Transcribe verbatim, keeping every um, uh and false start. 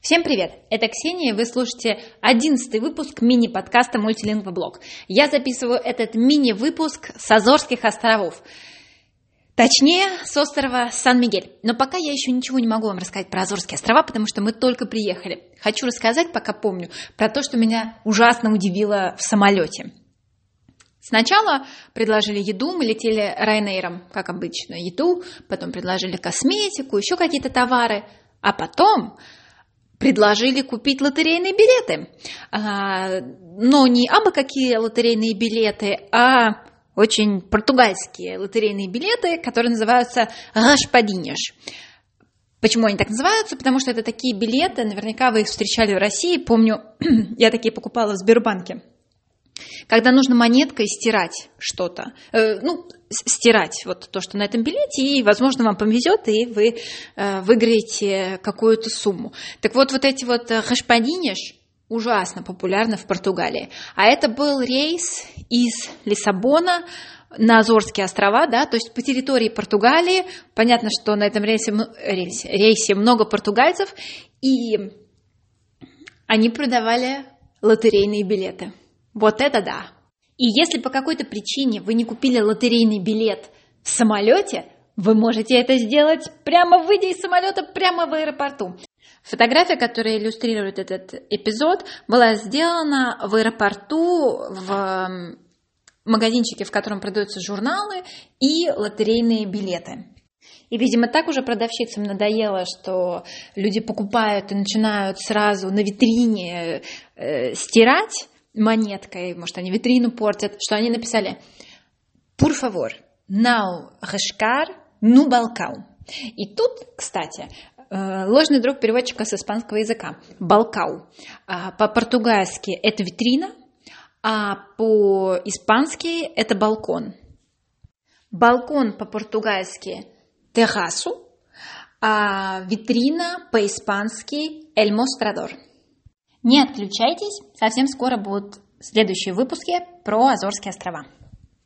Всем привет! Это Ксения, и вы слушаете одиннадцатый выпуск мини-подкаста «Мультилингвоблог». Я записываю этот мини-выпуск с Азорских островов, точнее, с острова Сан-Мигель. Но пока я еще ничего не могу вам рассказать про Азорские острова, потому что мы только приехали. Хочу рассказать, пока помню, про то, что меня ужасно удивило в самолете. Сначала предложили еду, мы летели Ryanair, как обычно, еду, потом предложили косметику, еще какие-то товары, а потом предложили купить лотерейные билеты. Но не абы какие лотерейные билеты, а очень португальские лотерейные билеты, которые называются «Raspadinhas». Почему они так называются? Потому что это такие билеты, наверняка вы их встречали в России. Помню, я такие покупала в Сбербанке. Когда нужно монеткой стирать что-то, э, ну, стирать вот то, что на этом билете, и, возможно, вам повезет, и вы э, выиграете какую-то сумму. Так вот, вот эти вот «Raspadinhas» ужасно популярны в Португалии. А это был рейс из Лиссабона на Азорские острова, да, то есть по территории Португалии. Понятно, что на этом рейсе, рейсе, рейсе много португальцев, и они продавали лотерейные билеты. Вот это да! И если по какой-то причине вы не купили лотерейный билет в самолете, вы можете это сделать прямо выйдя из самолета, прямо в аэропорту. Фотография, которая иллюстрирует этот эпизод, была сделана в аэропорту, в магазинчике, в котором продаются журналы и лотерейные билеты. И, видимо, так уже продавщицам надоело, что люди покупают и начинают сразу на витрине э, стирать монеткой, может, они витрину портят, что они написали «Por favor, não riscar no balcão». И тут, кстати, ложный друг переводчика с испанского языка «балкау». По-португальски это витрина, а по-испански это балкон. Балкон по-португальски «terraço», а витрина по-испански «el mostrador». Не отключайтесь, совсем скоро будут следующие выпуски про Азорские острова.